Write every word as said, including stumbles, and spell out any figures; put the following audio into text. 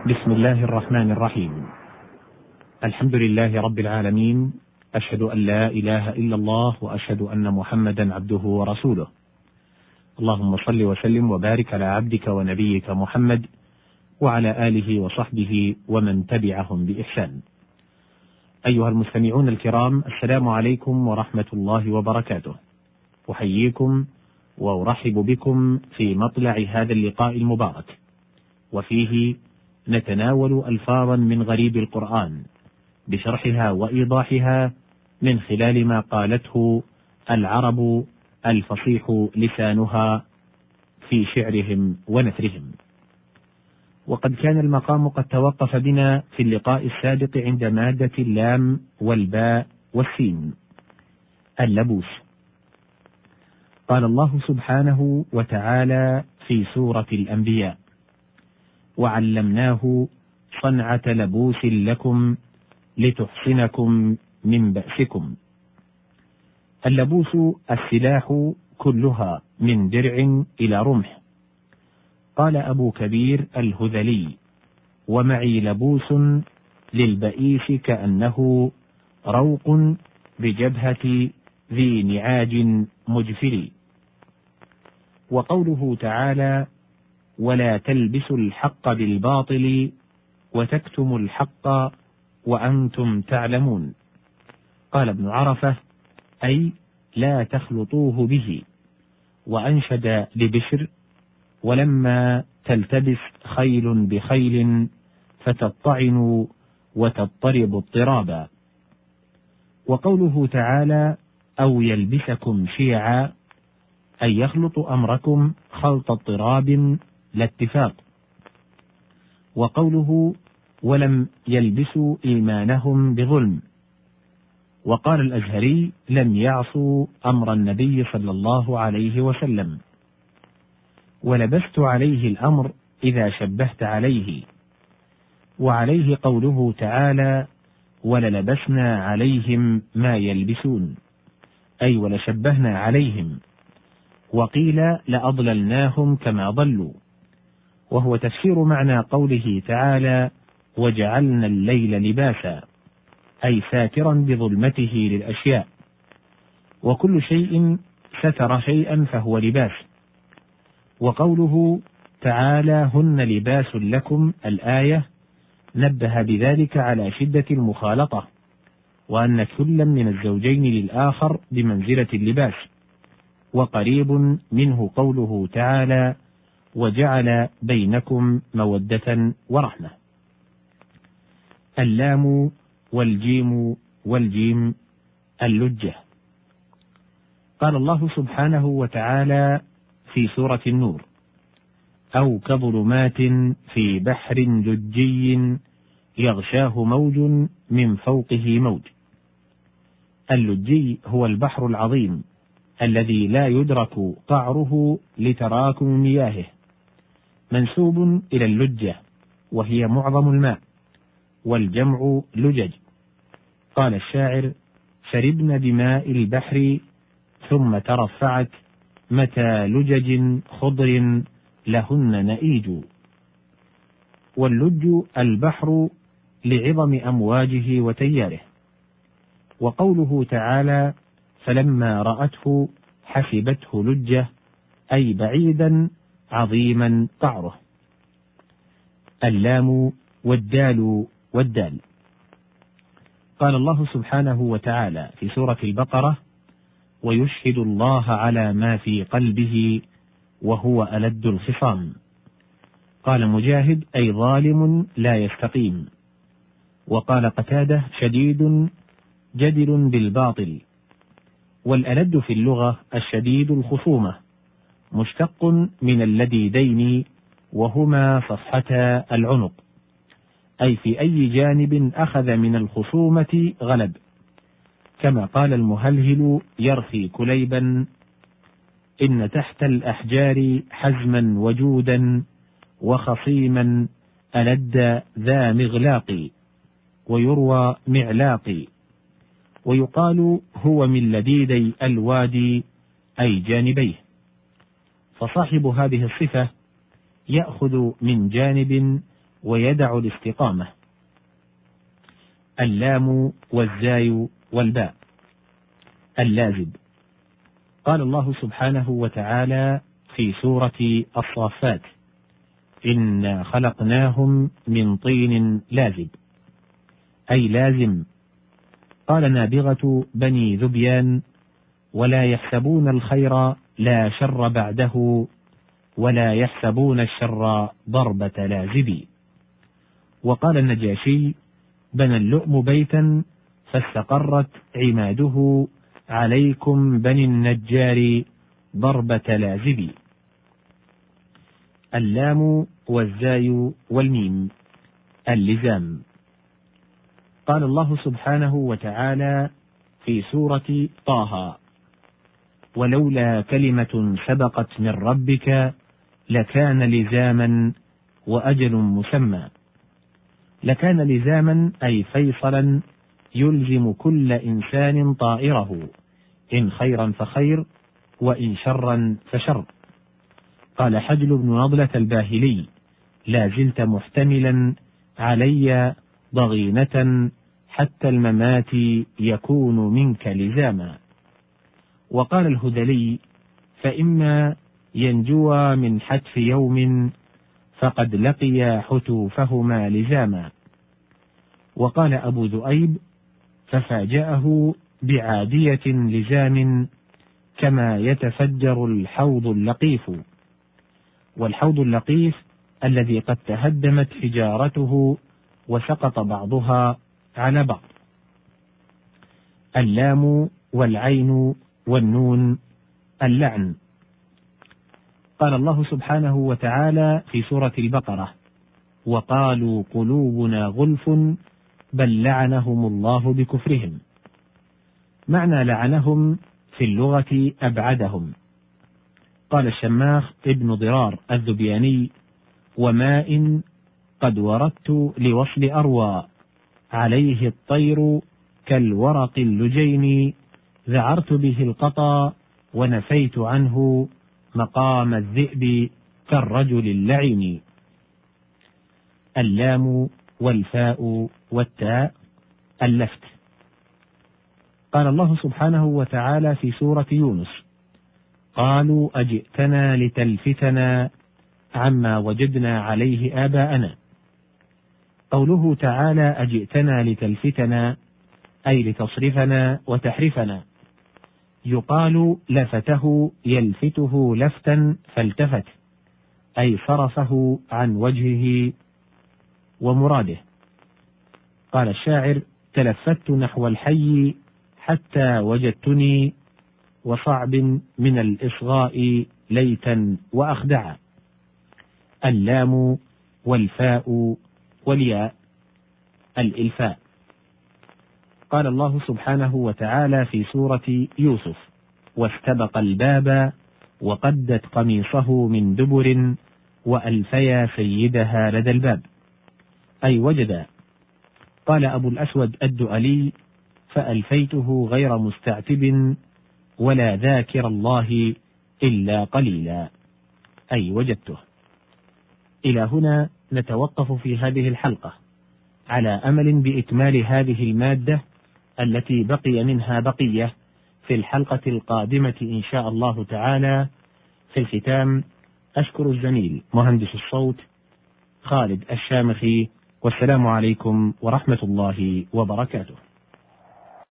بسم الله الرحمن الرحيم. الحمد لله رب العالمين، أشهد أن لا إله إلا الله وأشهد أن محمدا عبده ورسوله. اللهم صل وسلم وبارك على عبدك ونبيك محمد وعلى آله وصحبه ومن تبعهم بإحسان. أيها المستمعون الكرام، السلام عليكم ورحمة الله وبركاته. أحييكم وأرحب بكم في مطلع هذا اللقاء المبارك، وفيه نتناول ألفاظا من غريب القرآن بشرحها وإيضاحها من خلال ما قالته العرب الفصيح لسانها في شعرهم ونثرهم. وقد كان المقام قد توقف بنا في اللقاء السابق عند مادة اللام والباء والسين، اللبوس. قال الله سبحانه وتعالى في سورة الأنبياء: وعلمناه صنعة لبوس لكم لتحصنكم من بأسكم. اللبوس السلاح كلها من درع إلى رمح. قال أبو كبير الهذلي: ومعي لبوس للبئيس كأنه روق بجبهة ذي نعاج مجفل. وقوله تعالى: ولا تلبسوا الحق بالباطل وتكتموا الحق وأنتم تعلمون. قال ابن عرفة: أي لا تخلطوه به. وأنشد لبشر: ولما تلتبس خيل بخيل فتطعن وتضطرب اضطرابا. وقوله تعالى: أو يلبسكم شيعا، أي يخلط أمركم خلط اضطراب لا اتفاق. وقوله: ولم يلبسوا إيمانهم بظلم. وقال الأزهري: لم يعصوا أمر النبي صلى الله عليه وسلم. ولبست عليه الأمر إذا شبهت عليه. وعليه قوله تعالى: وللبسنا عليهم ما يلبسون، أي ولشبهنا عليهم. وقيل: لأضللناهم كما ضلوا، وهو تفسير معنى قوله تعالى: وجعلنا الليل لباسا، أي ساترا بظلمته للأشياء، وكل شيء ستر شيئا فهو لباس. وقوله تعالى: هن لباس لكم، الآية نبه بذلك على شدة المخالطة، وأن كلا من الزوجين للآخر بمنزلة اللباس. وقريب منه قوله تعالى: وجعل بينكم مودة ورحمة. اللام والجيم والجيم اللجة. قال الله سبحانه وتعالى في سورة النور: أو كظلمات في بحر لجي يغشاه موج من فوقه موج. اللجي هو البحر العظيم الذي لا يدرك قعره لتراكم مياهه، منسوب إلى اللجة، وهي معظم الماء، والجمع لجج. قال الشاعر: شربن بماء البحر ثم ترفعت متى لجج خضر لهن نئيج. واللج البحر لعظم أمواجه وتياره. وقوله تعالى: فلما رأته حسبته لجة، أي بعيدا عظيما قعره. اللام والدال والدال. قال الله سبحانه وتعالى في سورة البقرة: ويشهد الله على ما في قلبه وهو ألد الخصام. قال مجاهد: أي ظالم لا يستقيم. وقال قتادة: شديد جدل بالباطل. والألد في اللغة الشديد الخصومة، مشتق من اللديدين، وهما صفحتا العنق، أي في أي جانب أخذ من الخصومة غلب. كما قال المهلهل يرثي كليبا: إن تحت الأحجار حزما وجودا وخصيما ألد ذا مغلاق، ويروى معلاق. ويقال هو من لديدي الوادي، أي جانبيه. فصاحب هذه الصفة يأخذ من جانب ويدع الاستقامة. اللام والزاي والباء. اللازب. قال الله سبحانه وتعالى في سورة الصافات: إنا خلقناهم من طين لازب، أي لازم. قال نابغة بني ذبيان: ولا يحسبون الخير لا شر بعده، ولا يحسبون الشر ضربة لازب. وقال النجاشي: بنى اللؤم بيتا فاستقرت عماده، عليكم بني النجار ضربة لازب. اللام والزاي والميم. اللزام. قال الله سبحانه وتعالى في سورة طه: ولولا كلمة سبقت من ربك لكان لزاما وأجل مسمى. لكان لزاما أي فيصلا يلزم كل إنسان طائره، إن خيرا فخير وإن شرا فشر. قال حجل بن نضلة الباهلي: لا زلت محتملا علي ضغينة حتى الممات يكون منك لزاما. وقال الهذلي: فإما ينجوى من حتف يوم فقد لقي حتوفهما لزاما. وقال أبو ذؤيب: ففاجأه بعادية لزام كما يتفجر الحوض اللقيف. والحوض اللقيف الذي قد تهدمت حجارته وسقط بعضها على بعض. اللام والعين والنون. اللعن. قال الله سبحانه وتعالى في سورة البقرة: وقالوا قلوبنا غلف بل لعنهم الله بكفرهم. معنى لعنهم في اللغة أبعدهم. قال الشماخ ابن ضرار الذبياني: وماء قد وردت لوصل أروى، عليه الطير كالورق اللجين، ذعرت به القطا ونفيت عنه مقام الذئب كالرجل اللعين. اللام والفاء والتاء. اللفت. قال الله سبحانه وتعالى في سورة يونس: قالوا أجئتنا لتلفتنا عما وجدنا عليه آباءنا. قوله تعالى أجئتنا لتلفتنا أي لتصرفنا وتحرفنا. يقال لفته يلفته لفتا فالتفت، أي صرفه عن وجهه ومراده. قال الشاعر: تلفت نحو الحي حتى وجدتني، وصعب من الإصغاء ليتا وأخدعا. اللام والفاء والياء. الإلفاء. قال الله سبحانه وتعالى في سورة يوسف: واستبق الباب وقدت قميصه من دبر وألفيا سيدها لدى الباب، أي وجدا. قال أبو الأسود الدؤلي: فألفيته غير مستعتب ولا ذاكر الله إلا قليلا، أي وجدته. إلى هنا نتوقف في هذه الحلقة، على أمل بإكمال هذه المادة التي بقي منها بقية في الحلقة القادمة إن شاء الله تعالى. في الختام أشكر الزميل مهندس الصوت خالد الشامخي، والسلام عليكم ورحمة الله وبركاته.